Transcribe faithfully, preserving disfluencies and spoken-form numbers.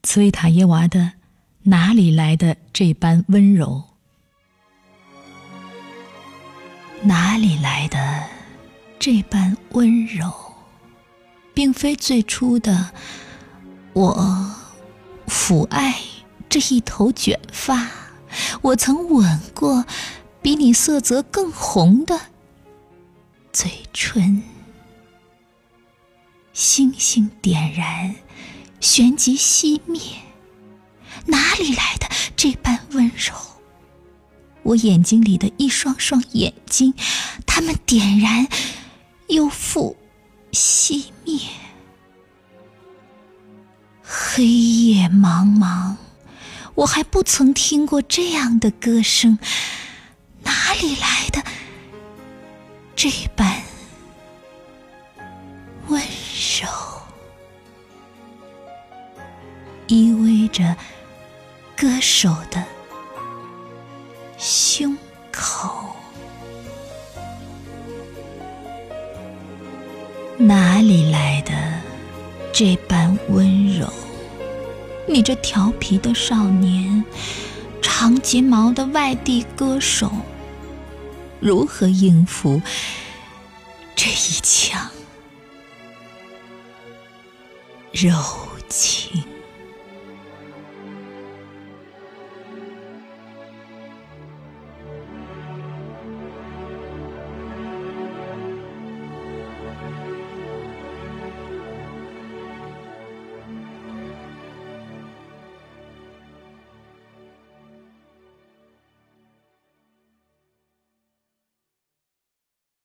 茨维塔耶娃的哪里来的这般温柔？哪里来的这般温柔？并非最初的我抚爱这一头卷发，我曾吻过比你色泽更红的嘴唇。星星点燃，旋即熄灭，哪里来的这般温柔？我眼睛里的一双双眼睛，它们点燃又复熄灭。黑夜茫茫，我还不曾听过这样的歌声，哪里来的这般温柔？依偎着歌手的胸口，哪里来的这般温柔？你这调皮的少年，长睫毛的外地歌手，如何应付这一腔柔情？